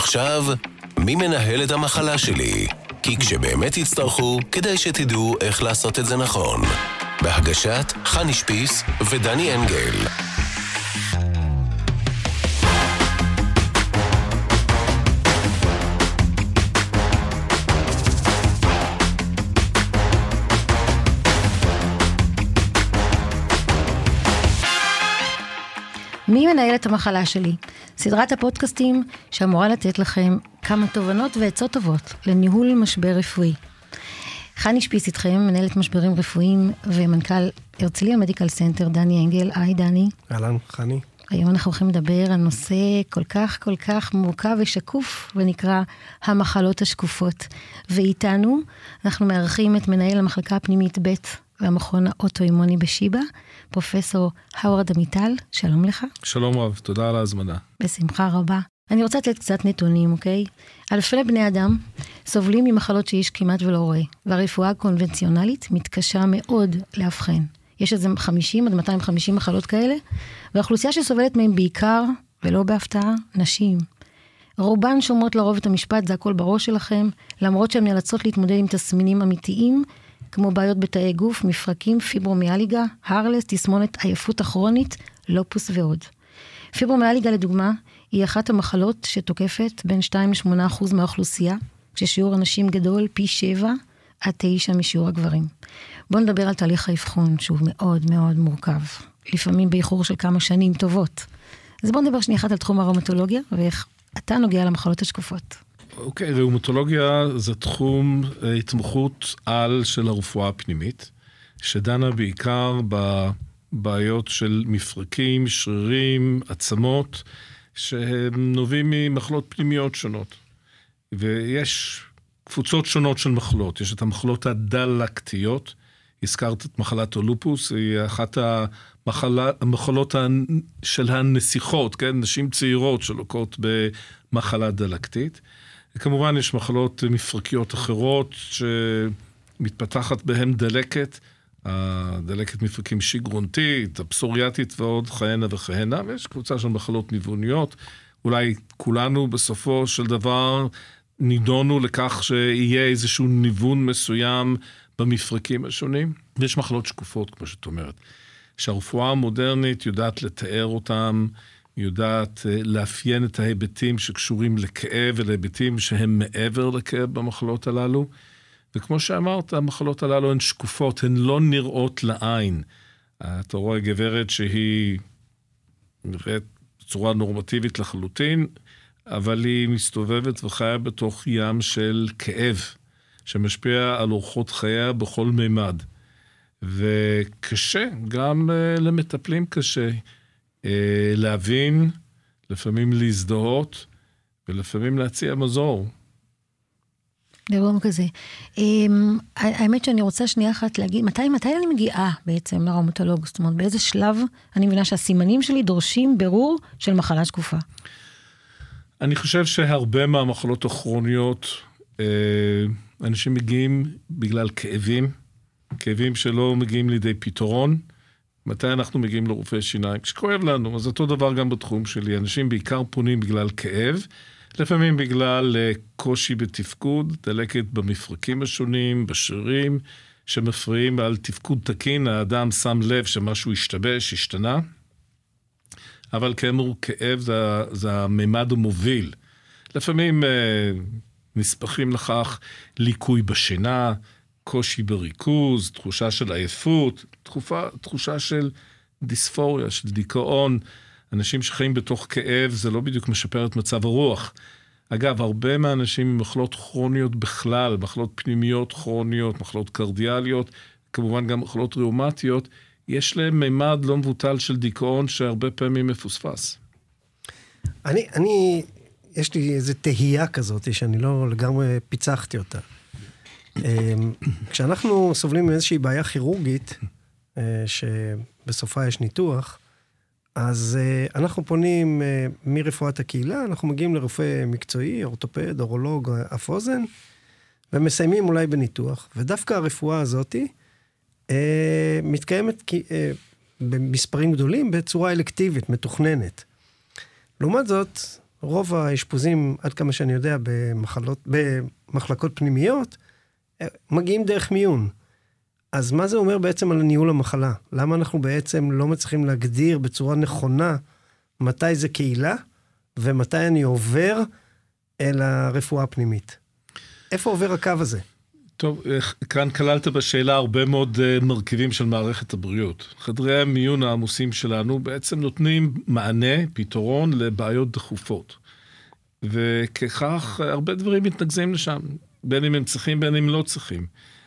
ועכשיו, מי מנהל את המחלה שלי? כי כשבאמת יצטרכו, כדאי שתדעו איך לעשות את זה נכון. בהגשת חני שפיס ודני אנגל. מי מנהל את המחלה שלי? סדרת הפודקאסטים שאמורה לתת לכם כמה תובנות ועצות טובות לניהול משבר רפואי. חני שפיס איתכם, מנהלת משברים רפואיים ומנכ"ל הרצליה מדיקל סנטר, דני אנגל. היי דני. אהלן, חני. היום אנחנו הולכים לדבר על נושא כל כך מורכב ושקוף, ונקרא המחלות השקופות. ואיתנו אנחנו מארחים את מנהל המחלקה הפנימית ב' והמכון האוטואימוני בשיבא, פרופסור הווארד עמיטל. שלום לך. שלום רב, תודה על ההזמנה. בשמחה רבה. אני רוצה לתת קצת נתונים, אוקיי? אלפי בני אדם סובלים ממחלות שאיש כמעט ולא רואה, והרפואה הקונבנציונלית מתקשה מאוד להבחן. יש איזה 50 עד 250 מחלות כאלה, והאוכלוסייה שסובלת מהם בעיקר, ולא בהפתעה, נשים. רובן שומעות לרוב את המשפט, זה הכל בראש שלכם, למרות שהן נאלצות להתמודד עם תסמינים אמיתיים, כמו בעיות בתאי גוף, מפרקים, פיברומיאלגיה, הרלס, תסמונת עייפות הכרונית, לופוס ועוד. פיברומיאלגיה לדוגמה, היא אחת המחלות שתוקפת בין 2-8% מהאוכלוסייה, כששיעור הנשים גדול פי 7 עד 9 משיעור הגברים. בואו נדבר על תהליך האבחון, שהוא מאוד מאוד מורכב, לפעמים באיחור של כמה שנים טובות. אז בואו נדבר שנייה אחת על תחום הראומטולוגיה, ואיך אתה נוגע למחלות השקופות. אוקיי, ראומטולוגיה זה תחום התמחות על של הרפואה הפנימית, שדנה בעיקר בבעיות של מפרקים, שרירים, עצמות, שנובעים ממחלות פנימיות שונות. ויש קבוצות שונות של מחלות. יש את המחלות הדלקתיות, הזכרת את מחלת הלופוס, היא אחת המחלות של הנסיכות, כן? נשים צעירות שלוקות במחלה דלקתית. וכמובן יש מחלות מפרקיות אחרות שמתפתחת בהן דלקת, הדלקת מפרקים שיגרונטית, הפסוריאטית ועוד כהנה וכהנה, ויש קבוצה של מחלות ניווניות, אולי כולנו בסופו של דבר נידונו לכך שיהיה איזשהו ניוון מסוים במפרקים השונים, ויש מחלות שקופות, כמו שאת אומרת, שהרפואה המודרנית יודעת לתאר אותם, יודעת לאפיין את ההיבטים שקשורים לכאב, ולהיבטים שהם מעבר לכאב במחלות הללו, וכמו שאמרת, המחלות הללו הן שקופות, הן לא נראות לעין. אתה רואה גברת שהיא נראית בצורה נורמטיבית לחלוטין, אבל היא מסתובבת וחיה בתוך ים של כאב, שמשפיע על אורחות חייה בכל מימד. וקשה, גם למטפלים קשה, להבין, לפעמים להזדהות, ולפעמים להציע מזור. דבר כזה. האמת שאני רוצה שנייה אחת להגיד, מתי אני מגיעה בעצם לראומטולוג? זאת אומרת, באיזה שלב אני מבינה שהסימנים שלי דורשים ברור של מחלה שקופה? אני חושב שהרבה מהמחלות הכרוניות, אנשים מגיעים בגלל כאבים שלא מגיעים לידי פתרון. מתי אנחנו מגיעים לרופא שיניים? כשכואב לנו, אז אותו דבר גם בתחום שלי. אנשים בעיקר פונים בגלל כאב, לפעמים בגלל קושי בתפקוד, דלקת במפרקים השונים, בשרירים, שמפריעים על תפקוד תקין, האדם שם לב שמשהו השתבש, השתנה, אבל כאמור, כאב זה הממד המוביל. לפעמים נספחים לכך ליקוי בשינה, קושי בריכוז, תחושה של עייפות, תחושה של דיספוריה, של דיכאון. אנשים שחיים בתוך כאב, זה לא בדיוק משפר את מצב הרוח. אגב, הרבה מהאנשים עם מחלות כרוניות בכלל, מחלות פנימיות כרוניות, מחלות קרדיאליות, כמובן גם מחלות ראומטיות, יש להם מימד לא מבוטל של דיכאון שהרבה פעמים מפוספס. יש לי איזו תהייה כזאת, שאני לא לגמרי פיצחתי אותה. כשאנחנו סובלים מאיזושהי בעיה כירורגית, שבסופה יש ניתוח, אז אנחנו פונים מרפואת הקהילה, אנחנו מגיעים לרופא מקצועי, אורתופד, אורולוג, אף אוזן, ומסיימים אולי בניתוח. ודווקא הרפואה הזאת מתקיימת במספרים גדולים בצורה אלקטיבית, מתוכננת. לעומת זאת, רוב האשפוזים, עד כמה שאני יודע, במחלקות פנימיות, מגיעים דרך מיון. אז מה זה אומר בעצם על ניהול המחלה? למה אנחנו בעצם לא מצליחים להגדיר בצורה נכונה מתי זה קהילה, ומתי אני עובר אל הרפואה הפנימית? איפה עובר הקו הזה? טוב, כאן כללת בשאלה הרבה מאוד מרכיבים של מערכת הבריאות. חדרי המיון העמוסים שלנו בעצם נותנים מענה, פתרון לבעיות דחופות. וכך הרבה דברים מתנגזים לשם, בין אם הם צריכים, בין אם לא צריכים.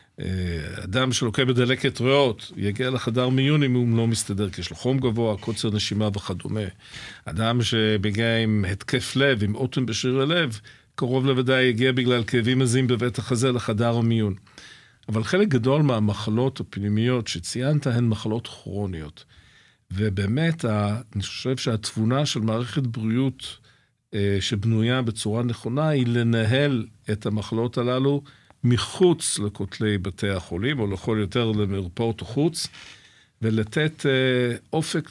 אדם שלוקה בדלקת ריאות, יגיע לחדר מיון אם הוא לא מסתדר, כי יש לו חום גבוה, קוצר נשימה וכדומה. אדם שמגיע עם התקף לב, עם אוטם בשרירי לב, קרוב לוודאי יגיע בגלל כאבים עזים בבית החזה לחדר המיון. אבל חלק גדול מהמחלות הפנימיות שציינת הן מחלות כרוניות. ובאמת, אני חושב שהתבונה של מערכת בריאות שבנויה בצורה נכונה היא לנהל את המחלות הללו מחוץ לכותלי בתי החולים, או לכל יותר למרפאות החוץ, ולתת אופק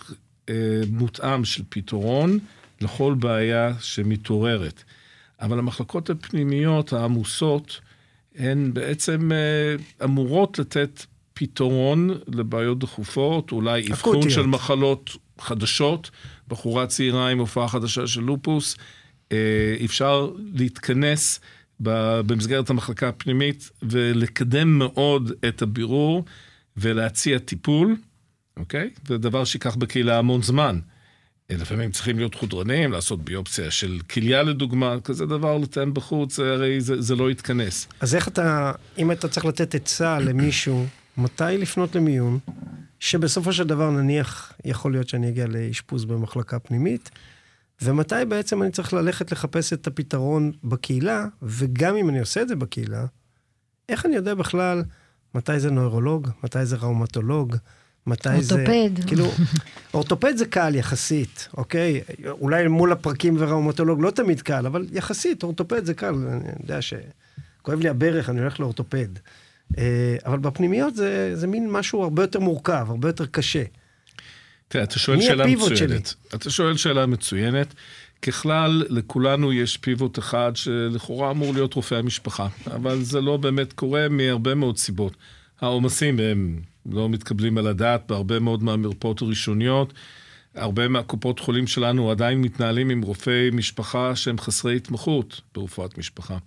מותאם של פתרון לכל בעיה שמתעוררת. אבל המחלקות הפנימיות העמוסות, הן בעצם אמורות לתת פתרון לבעיות דחופות, אולי אבחון של מחלות חדשות, בחורה צעירה עם הופעה חדשה של לופוס, אפשר להתכנס במסגרת המחלקה הפנימית, ולקדם מאוד את הבירור, ולהציע טיפול, אוקיי? זה דבר שיקח בקהילה המון זמן. לפעמים צריכים להיות חודרנים, לעשות ביופסיה של כליה לדוגמה, כזה דבר לתאם בחוץ, הרי זה לא יתכנס. אז איך אתה, אם אתה צריך לתת עצה למישהו, מתי לפנות למיון, שבסופו של דבר נניח יכול להיות שאני אגיע לאשפוז במחלקה פנימית, ומתי בעצם אני צריך ללכת לחפש את הפתרון בקהילה, וגם אם אני עושה את זה בקהילה, איך אני יודע בכלל מתי זה נוירולוג, מתי זה ראומטולוג, מתי זה... אורתופד. כאילו, אורתופד זה קל יחסית, אוקיי? אולי מול הפרקים וראומטולוג לא תמיד קל, אבל יחסית, אורתופד זה קל. אני יודע שכואב לי הברך, אני הולך לאורתופד. אבל בפנימיות זה מין משהו הרבה יותר מורכב, הרבה יותר קשה. תראה, אתה שואל שאלה מצוינת. אתה שואל שאלה מצוינת. ככלל, לכולנו יש פיבוט אחד שלכאורה אמור להיות רופא המשפחה, אבל זה לא באמת קורה מהרבה מאוד סיבות. העומסים הם לא מתקבלים על הדעת בהרבה מאוד מהמרפאות הראשוניות. הרבה מהקופות חולים שלנו עדיין מתנהלים עם רופאי משפחה שהם חסרי התמחות ברפואת משפחה.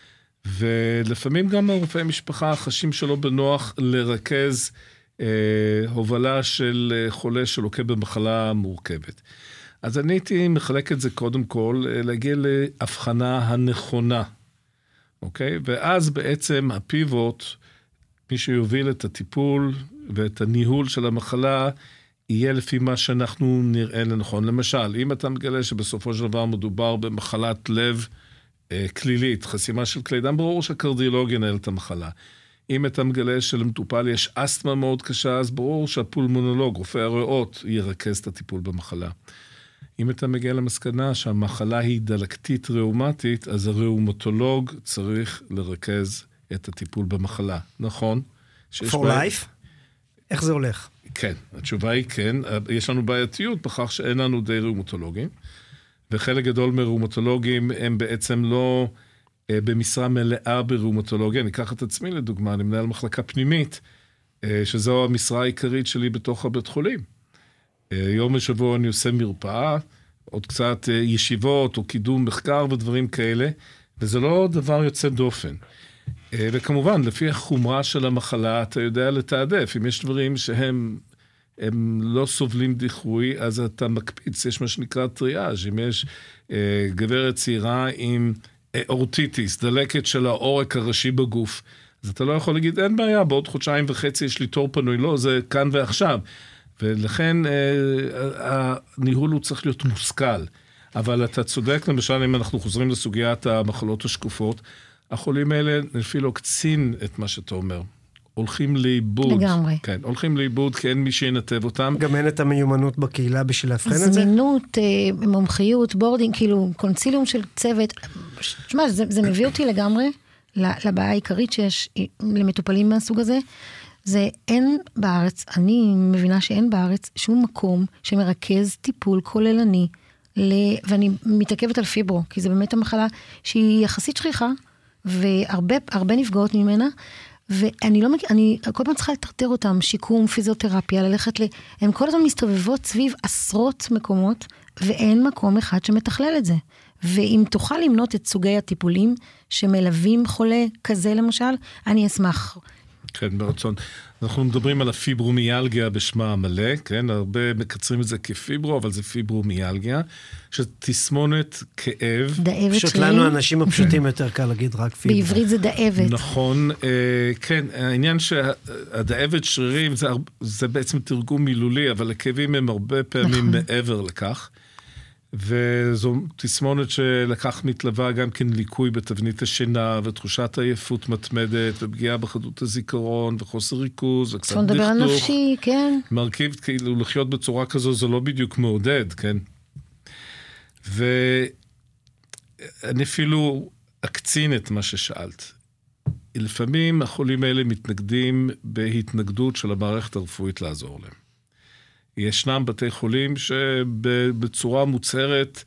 ולפעמים גם הרופאי משפחה חשים שלא בנוח לרכז הובלה של חולה שלוקה במחלה מורכבת. אז אני הייתי מחלק את זה קודם כל, להגיע להבחנה הנכונה, אוקיי? ואז בעצם הפיבוט, מי שיוביל את הטיפול ואת הניהול של המחלה, יהיה לפי מה שאנחנו נראה לנכון. למשל, אם אתה מגלה שבסופו של דבר מדובר במחלת לב כלילית, חסימה של כלי דם, ברור שהקרדיולוג ינהל את המחלה. אם אתה מגלה שלמטופל יש אסתמה מאוד קשה, אז ברור שהפולמונולוג, רופא הריאות, ירכז את הטיפול במחלה. אם אתה מגיע למסקנה שהמחלה היא דלקתית ראומטית, אז הראומטולוג צריך לרכז את הטיפול במחלה. נכון? For life? איך זה הולך? כן, התשובה היא כן. יש לנו בעייתיות בכך שאין לנו די ראומטולוגים, וחלק גדול מראומטולוגים הם בעצם לא במשרה מלאה בראומטולוגיה. אני אקח את עצמי לדוגמה, אני מנהל מחלקה פנימית, שזו המשרה העיקרית שלי בתוך הבית חולים. יום בשבוע אני עושה מרפאה, עוד קצת ישיבות או קידום מחקר ודברים כאלה, וזה לא דבר יוצא דופן. וכמובן, לפי החומרה של המחלה, אתה יודע לתעדף. אם יש דברים שהם לא סובלים דיחוי, אז אתה מקפיץ, יש מה שנקרא טריאז'. אם יש גברת צעירה עם אורטיטיס, דלקת של העורק הראשי בגוף, אז אתה לא יכול להגיד, אין בעיה, בעוד חודשיים וחצי יש לי תור פנוי, לא, זה כאן ועכשיו. ולכן הניהול הוא צריך להיות מושכל. אבל אתה צודק, למשל, אם אנחנו חוזרים לסוגיית המחלות השקופות, החולים האלה אפילו קצין את מה שאתה אומר. הולכים לאיבוד. לגמרי. כן, הולכים לאיבוד כי אין מי שינתב אותם. גם אין את המיומנות בקהילה בשביל להבחן את זה? זמינות, מומחיות, בורדינג, כאילו קונסיליום של צוות. שמה, זה מביא אותי לגמרי לבעיה העיקרית שיש למטופלים מהסוג הזה. זה אין בארץ, אני מבינה שאין בארץ שום מקום שמרכז טיפול כוללני ואני מתעכבת על פיברו, כי זה באמת המחלה שהיא יחסית שכיחה, והרבה נפגעות ממנה, ואני לא מכיר, אני כל פעם צריכה לטרטר אותם, שיקום, פיזיותרפיה, הן כל הזמן מסתובבות סביב עשרות מקומות, ואין מקום אחד שמתכלל את זה. ואם תוכל למנות את סוגי הטיפולים שמלווים חולה כזה למשל, אני אשמח. כן, ברצון. אנחנו מדברים על הפיברומיאלגיה בשמה המלא, כן? הרבה מקצרים את זה כפיברו, אבל זה פיברומיאלגיה, שתסמונת כאב. דאבת פשוט שרירים. לנו האנשים הפשוטים יותר קל להגיד רק פיברו. בעברית זה דאבת. נכון, כן, העניין שהדאבת שרירים זה בעצם תרגום מילולי, אבל הכאבים הם הרבה פעמים מעבר לכך. וזו תסמונת שלקח מתלווה גם כן ליקוי בתבנית השינה, ותחושת עייפות מתמדת, ופגיעה בחדות הזיכרון, וחוסר ריכוז, וקצת דכדוך. נדבר על נפשי, כן. מרכיב, כאילו, לחיות בצורה כזו, זה לא בדיוק מעודד, כן? ואני אפילו אקצין את מה ששאלת. לפעמים החולים האלה מתנגדים בהתנגדות של המערכת הרפואית לעזור להם. ישנם בתי חולים שבצורה מוצהרת,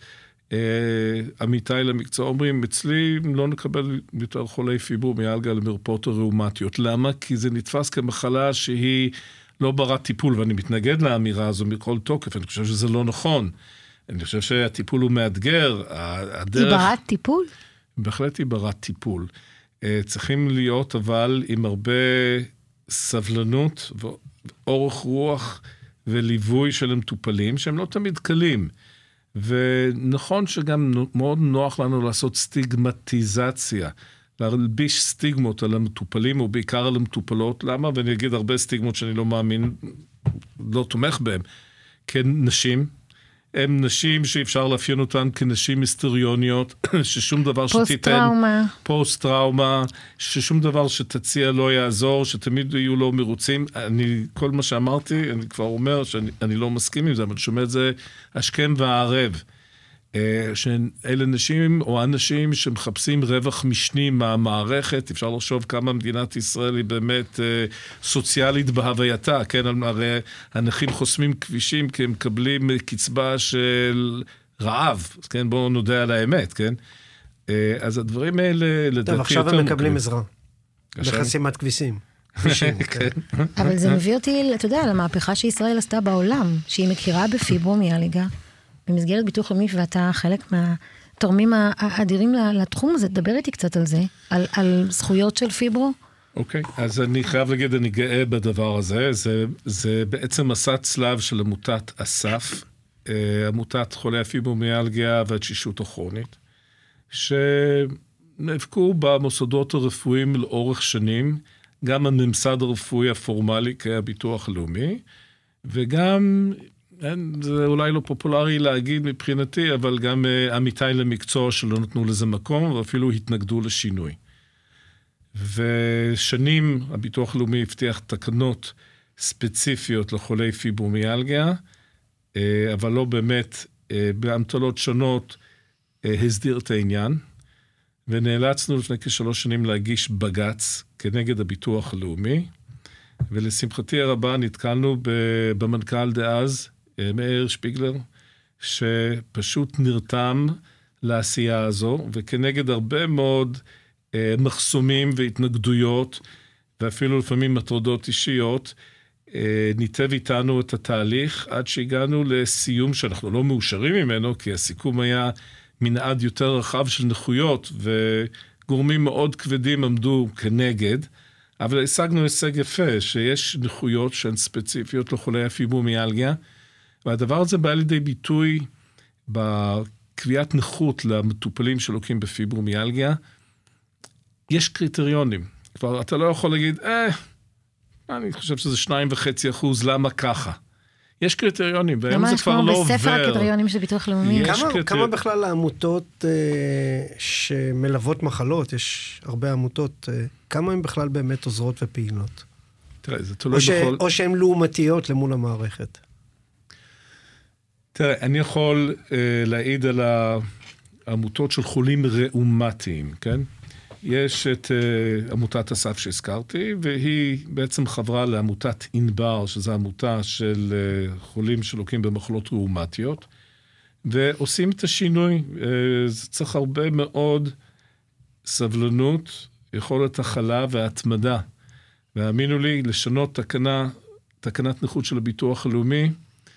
עמיתי למקצוע אומרים, אצלי לא נקבל יותר חולי פיברומיאלגיה למרפאות הראומטיות. למה? כי זה נתפס כמחלה שהיא לא ברת טיפול, ואני מתנגד לאמירה הזו מכל תוקף, אני חושב שזה לא נכון. אני חושב שהטיפול הוא מאתגר. היא ברת טיפול? בהחלט היא ברת טיפול. צריכים להיות אבל עם הרבה סבלנות ואורך רוח וליווי של המטופלים, שהם לא תמיד קלים. ונכון שגם מאוד נוח לנו לעשות סטיגמטיזציה, להלביש סטיגמות על המטופלים, או בעיקר על המטופלות. למה? ואני אגיד הרבה סטיגמות שאני לא מאמין, לא תומך בהם. כן, נשים. הם נשים שאפשר לאפיין אותן כנשים היסטריוניות, ששום דבר שתיתן... פוסט-טראומה, ששום דבר שתציע לא יעזור, שתמיד יהיו לא מרוצים. כל מה שאמרתי, אני כבר אומר שאני לא מסכים עם זה, אבל שומע את זה השכם והערב. שאלה נשים או אנשים שמחפשים רווח משני מהמערכת, אפשר לחשוב כמה מדינת ישראל היא באמת סוציאלית בהווייתה, כן? הרי הנכים חוסמים כבישים כי הם מקבלים קצבה של רעב, כן? בואו נודה על האמת, כן? אז הדברים האלה לדעתי... טוב, עכשיו הם מקבלים עזרה. בחסימת כבישים. אבל זה מביא אותי, אתה יודע, למהפכה שישראל עשתה בעולם, שהיא מכירה בפיברומיאלגיה, במסגרת ביטוח לאומי, ואתה חלק מהתורמים האדירים לתחום הזה, דבר איתי קצת על זה, על זכויות של פיברו. אוקיי, אז אני חייב להגיד, אני גאה בדבר הזה, זה בעצם מסע צלב של עמותת אסף, עמותת חולי הפיברומיאלגיה והתשישות הכרונית, שנאבקו במוסדות הרפואיים לאורך שנים, גם הממסד הרפואי הפורמלי כהביטוח הלאומי, וגם... זה אולי לא פופולרי להגיד מבחינתי, אבל גם עמיתי למקצוע שלא נתנו לזה מקום, ואפילו התנגדו לשינוי. ושנים הביטוח הלאומי הבטיח תקנות ספציפיות לחולי פיברומיאלגיה, אבל לא באמת באמתלות שונות הסדיר את העניין, ונאלצנו לפני כ3 שנים להגיש בגץ כנגד הביטוח הלאומי, ולשמחתי הרבה נתקלנו במנכ"ל דאז, מאיר שפיגלר, שפשוט נרתם לעשייה הזו, וכנגד הרבה מאוד מחסומים והתנגדויות, ואפילו לפעמים מטרודות אישיות, ניתב איתנו את התהליך, עד שהגענו לסיום שאנחנו לא מאושרים ממנו, כי הסיכום היה מנעד יותר רחב של נכויות, וגורמים מאוד כבדים עמדו כנגד, אבל השגנו הישג יפה, שיש נכויות שהן ספציפיות לחולי הפיברומיאלגיה, והדבר הזה בא לידי ביטוי בקביעת נכות למטופלים שלוקים בפיברומיאלגיה. יש קריטריונים. כבר אתה לא יכול להגיד, אני חושב שזה 2.5%, למה ככה? יש קריטריונים, והיום זה כבר לא עובר. בספר הקריטריונים של ביטוח לאומי. כמה בכלל העמותות שמלוות מחלות, יש הרבה עמותות, כמה הן בכלל באמת עוזרות ופעילות? תראה, זה תלוי בכל... או שהן לעומתיות למול המערכת. תראה, אני יכול להעיד על העמותות של חולים ראומטיים, כן? יש את עמותת אסף שהזכרתי, והיא בעצם חברה לעמותת אינבר, שזו עמותה של חולים שלוקים במחלות ראומטיות, ועושים את השינוי. זה צריך הרבה מאוד סבלנות, יכולת הכלה והתמדה. והאמינו לי, לשנות תקנת נכות של הביטוח הלאומי,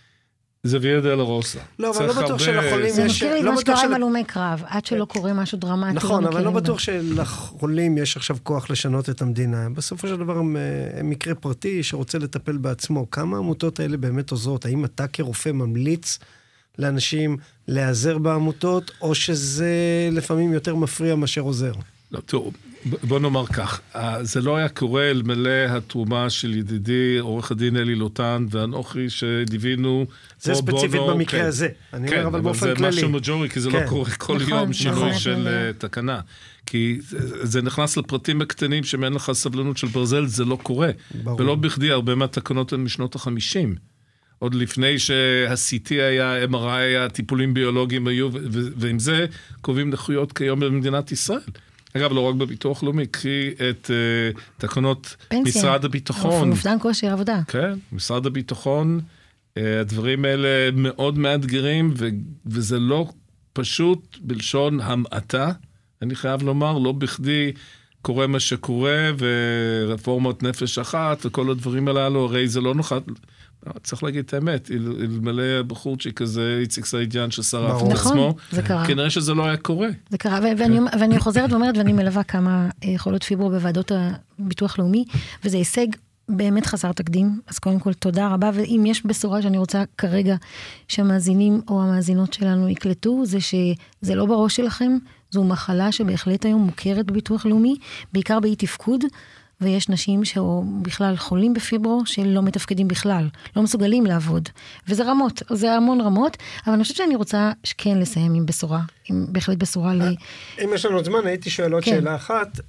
זה ויה דולורוזה. לא, אבל לא בטוח שלחולים יש... זה מזכיר לי מה שקרה עם הלומי קרב, עד שלא קורה משהו דרמטי. נכון, אבל לא בטוח שלחולים יש עכשיו כוח לשנות את המדינה. בסופו של דבר הם מקרה פרטי שרוצה לטפל בעצמו. כמה העמותות האלה באמת עוזרות? האם אתה כרופא ממליץ לאנשים להיעזר בעמותות, או שזה לפעמים יותר מפריע מאשר עוזר? לא, תראו, בוא נאמר כך, זה לא היה קורה אלמלא התרומה של ידידי, עורך הדין אלי לוטן, ואנוכי שדיווינו... זה ספציפית במקרה הזה. אני אומר, אבל באופן כללי. כן, אבל זה משהו מג'ורי, כי זה לא קורה כל יום שינוי של תקנה. כי זה נכנס לפרטים הקטנים, שאין לך סבלנות של ברזל, זה לא קורה. ולא בכדי, הרבה מהתקנות הן משנות ה-50. עוד לפני שה-CT היה, MRI היה, טיפולים ביולוגיים היו, ועם זה קובעים נכויות כיום במדינת ישראל. אגב, לא רק בביטוח לאומי, קחי את תקנות משרד הביטחון. אובדן כושר עבודה. כן, משרד הביטחון, הדברים האלה מאוד מאתגרים, וזה לא פשוט בלשון המעטה, אני חייב לומר, לא בכדי קורה מה שקורה, ורפורמות נפש אחת, וכל הדברים הללו, הרי זה לא נוכל... צריך להגיד את האמת, אלמלא הבחורצ'יק כזה, איציק סעידיאן ששרף את עצמו, כנראה שזה לא היה קורה. זה קרה, ואני חוזרת ואומרת, ואני מלווה כמה חולות פיברו בוועדות הביטוח לאומי, וזה הישג באמת חסר תקדים, אז קודם כל תודה רבה, ואם יש בשורה שאני רוצה כרגע שהמאזינים או המאזינות שלנו יקלטו, זה שזה לא בראש שלכם, זו מחלה שבהחלט היום מוכרת בביטוח לאומי, בעיקר באי תפקוד, ויש נשים שבכלל חולים בפיברו שלא מתפקדים בכלל, לא מסוגלים לעבוד. וזה רמות, זה המון רמות, אבל אני חושבת שאני רוצה כן לסיים עם בשורה, עם בהחלט בשורה ל... אם יש לנו זמן, הייתי שואל עוד שאלה אחת.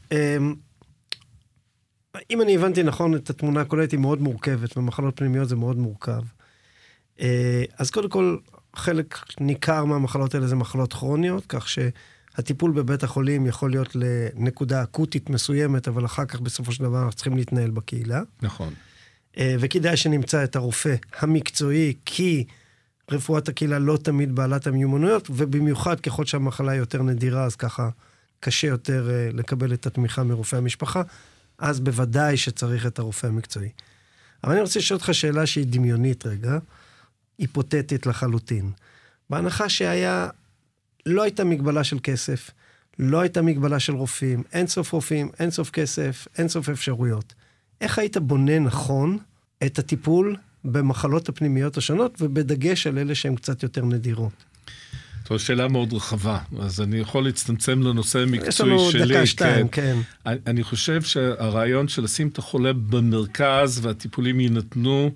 אם אני הבנתי נכון את התמונה הכוללת, היא מאוד מורכבת, במחלות פנימיות זה מאוד מורכב. אז קודם כל, חלק ניכר מהמחלות האלה זה מחלות כרוניות, כך שהטיפול בבית החולים יכול להיות לנקודה אקוטית מסוימת, אבל אחר כך בסופו של דבר אנחנו צריכים להתנהל בקהילה. נכון. וכדאי שנמצא את הרופא המקצועי, כי רפואת הקהילה לא תמיד בעלת המיומנויות, ובמיוחד ככל שהמחלה יותר נדירה, אז ככה קשה יותר לקבל את התמיכה מרופא המשפחה, אז בוודאי שצריך את הרופא המקצועי. אבל אני רוצה לשאול אותך שאלה שהיא דמיונית רגע, היפותטית לחלוטין. בהנחה לא הייתה מגבלה של כסף, לא הייתה מגבלה של רופאים, אין סוף רופאים, אין סוף כסף, אין סוף אפשרויות. איך היית בונה נכון את הטיפול במחלות הפנימיות השונות, ובדגש על אלה שהן קצת יותר נדירות? זו שאלה מאוד רחבה, אז אני יכול להצטמצם לנושא המקצועי שלי. יש לנו דקה שתיים, כן. אני חושב שהרעיון של לשים את החולה במרכז, והטיפולים יינתנו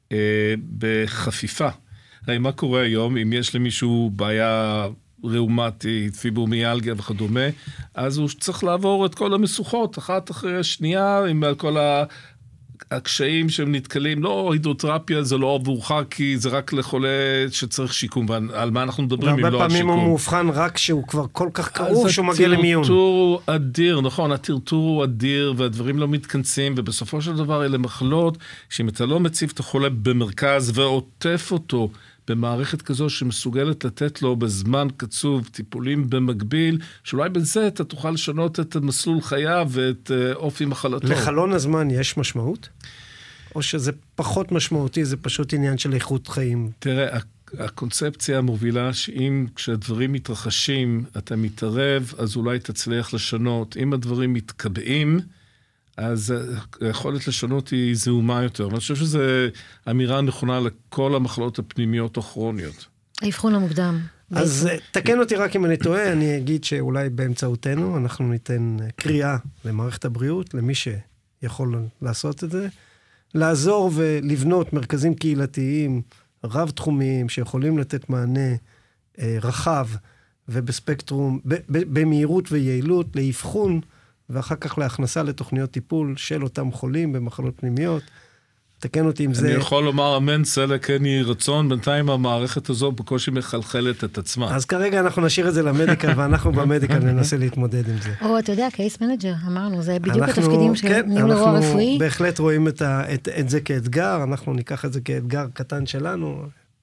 בחפיפה. הרי מה קורה היום, אם יש למישהו בעיה ראומטית, פיברומיאלגיה וכדומה, אז הוא צריך לעבור את כל המשוכות, אחת אחרי השנייה, עם כל הקשיים שהם נתקלים, לא, הידרותרפיה זה לא עבורך, כי זה רק לחולה שצריך שיקום, ועל מה אנחנו מדברים אם לא השיקום. והרבה פעמים הוא מאובחן רק שהוא כבר כל כך קרוב, שהוא מגיע למיון. הטרטור הוא אדיר, נכון, הטרטור הוא אדיר, והדברים לא מתכנסים, ובסופו של דבר אלה מחלות, שאם אתה לא מציב את החולה במרכז, ועוטף אותו במערכת כזו שמסוגלת לתת לו בזמן קצוב טיפולים במקביל, שאולי בזה אתה תוכל לשנות את מסלול חייו ואת אופי מחלתו. לחלון הזמן יש משמעות? או שזה פחות משמעותי, זה פשוט עניין של איכות חיים? תראה, הקונספציה המובילה שאם כשהדברים מתרחשים אתה מתערב, אז אולי תצליח לשנות. אם הדברים מתקבעים, אז היכולת לשנות היא זהומה יותר. אני חושב שזו אמירה נכונה לכל המחלות הפנימיות או כרוניות. האבחון המוקדם. אז תקן אותי רק אם אני טועה, אני אגיד שאולי באמצעותנו אנחנו ניתן קריאה למערכת הבריאות, למי שיכול לעשות את זה, לעזור ולבנות מרכזים קהילתיים רב-תחומיים שיכולים לתת מענה רחב ובספקטרום, במהירות ויעילות, לאבחון ואחר כך להכנסה לתוכניות טיפול של אותם חולים במחלות פנימיות. תקן אותי עם זה. אני יכול לומר אמן סלע כן יהי רצון, בינתיים המערכת הזו בקושי מחלחלת את עצמה. אז כרגע אנחנו נשאיר את זה למדיקל, ואנחנו במדיקל ננסה להתמודד עם זה. או, אתה יודע, קייס מנג'ר, אמרנו, זה בדיוק התפקידים של ניהול אירוע רפואי. אנחנו בהחלט רואים את זה כאתגר, אנחנו ניקח את זה כאתגר קטן שלנו,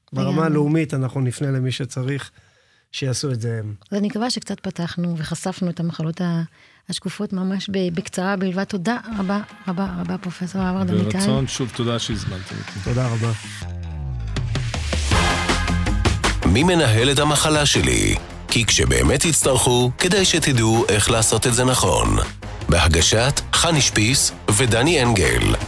ברמה הלאומית אנחנו נפנה למי שצריך שיעשו את זה. אז אני מקווה שקצת פתחנו וחשפנו את המחלות השקופות ממש בקצרה בלבד. תודה רבה, רבה, רבה, פרופסור הרווארד אמיתי. ברצון, שוב תודה שהזמנתם אותי. תודה רבה. מי מנהל את המחלה שלי? כי כשבאמת יצטרכו, כדאי שתדעו איך לעשות את זה נכון. בהגשת חני שפיס ודני אנגל.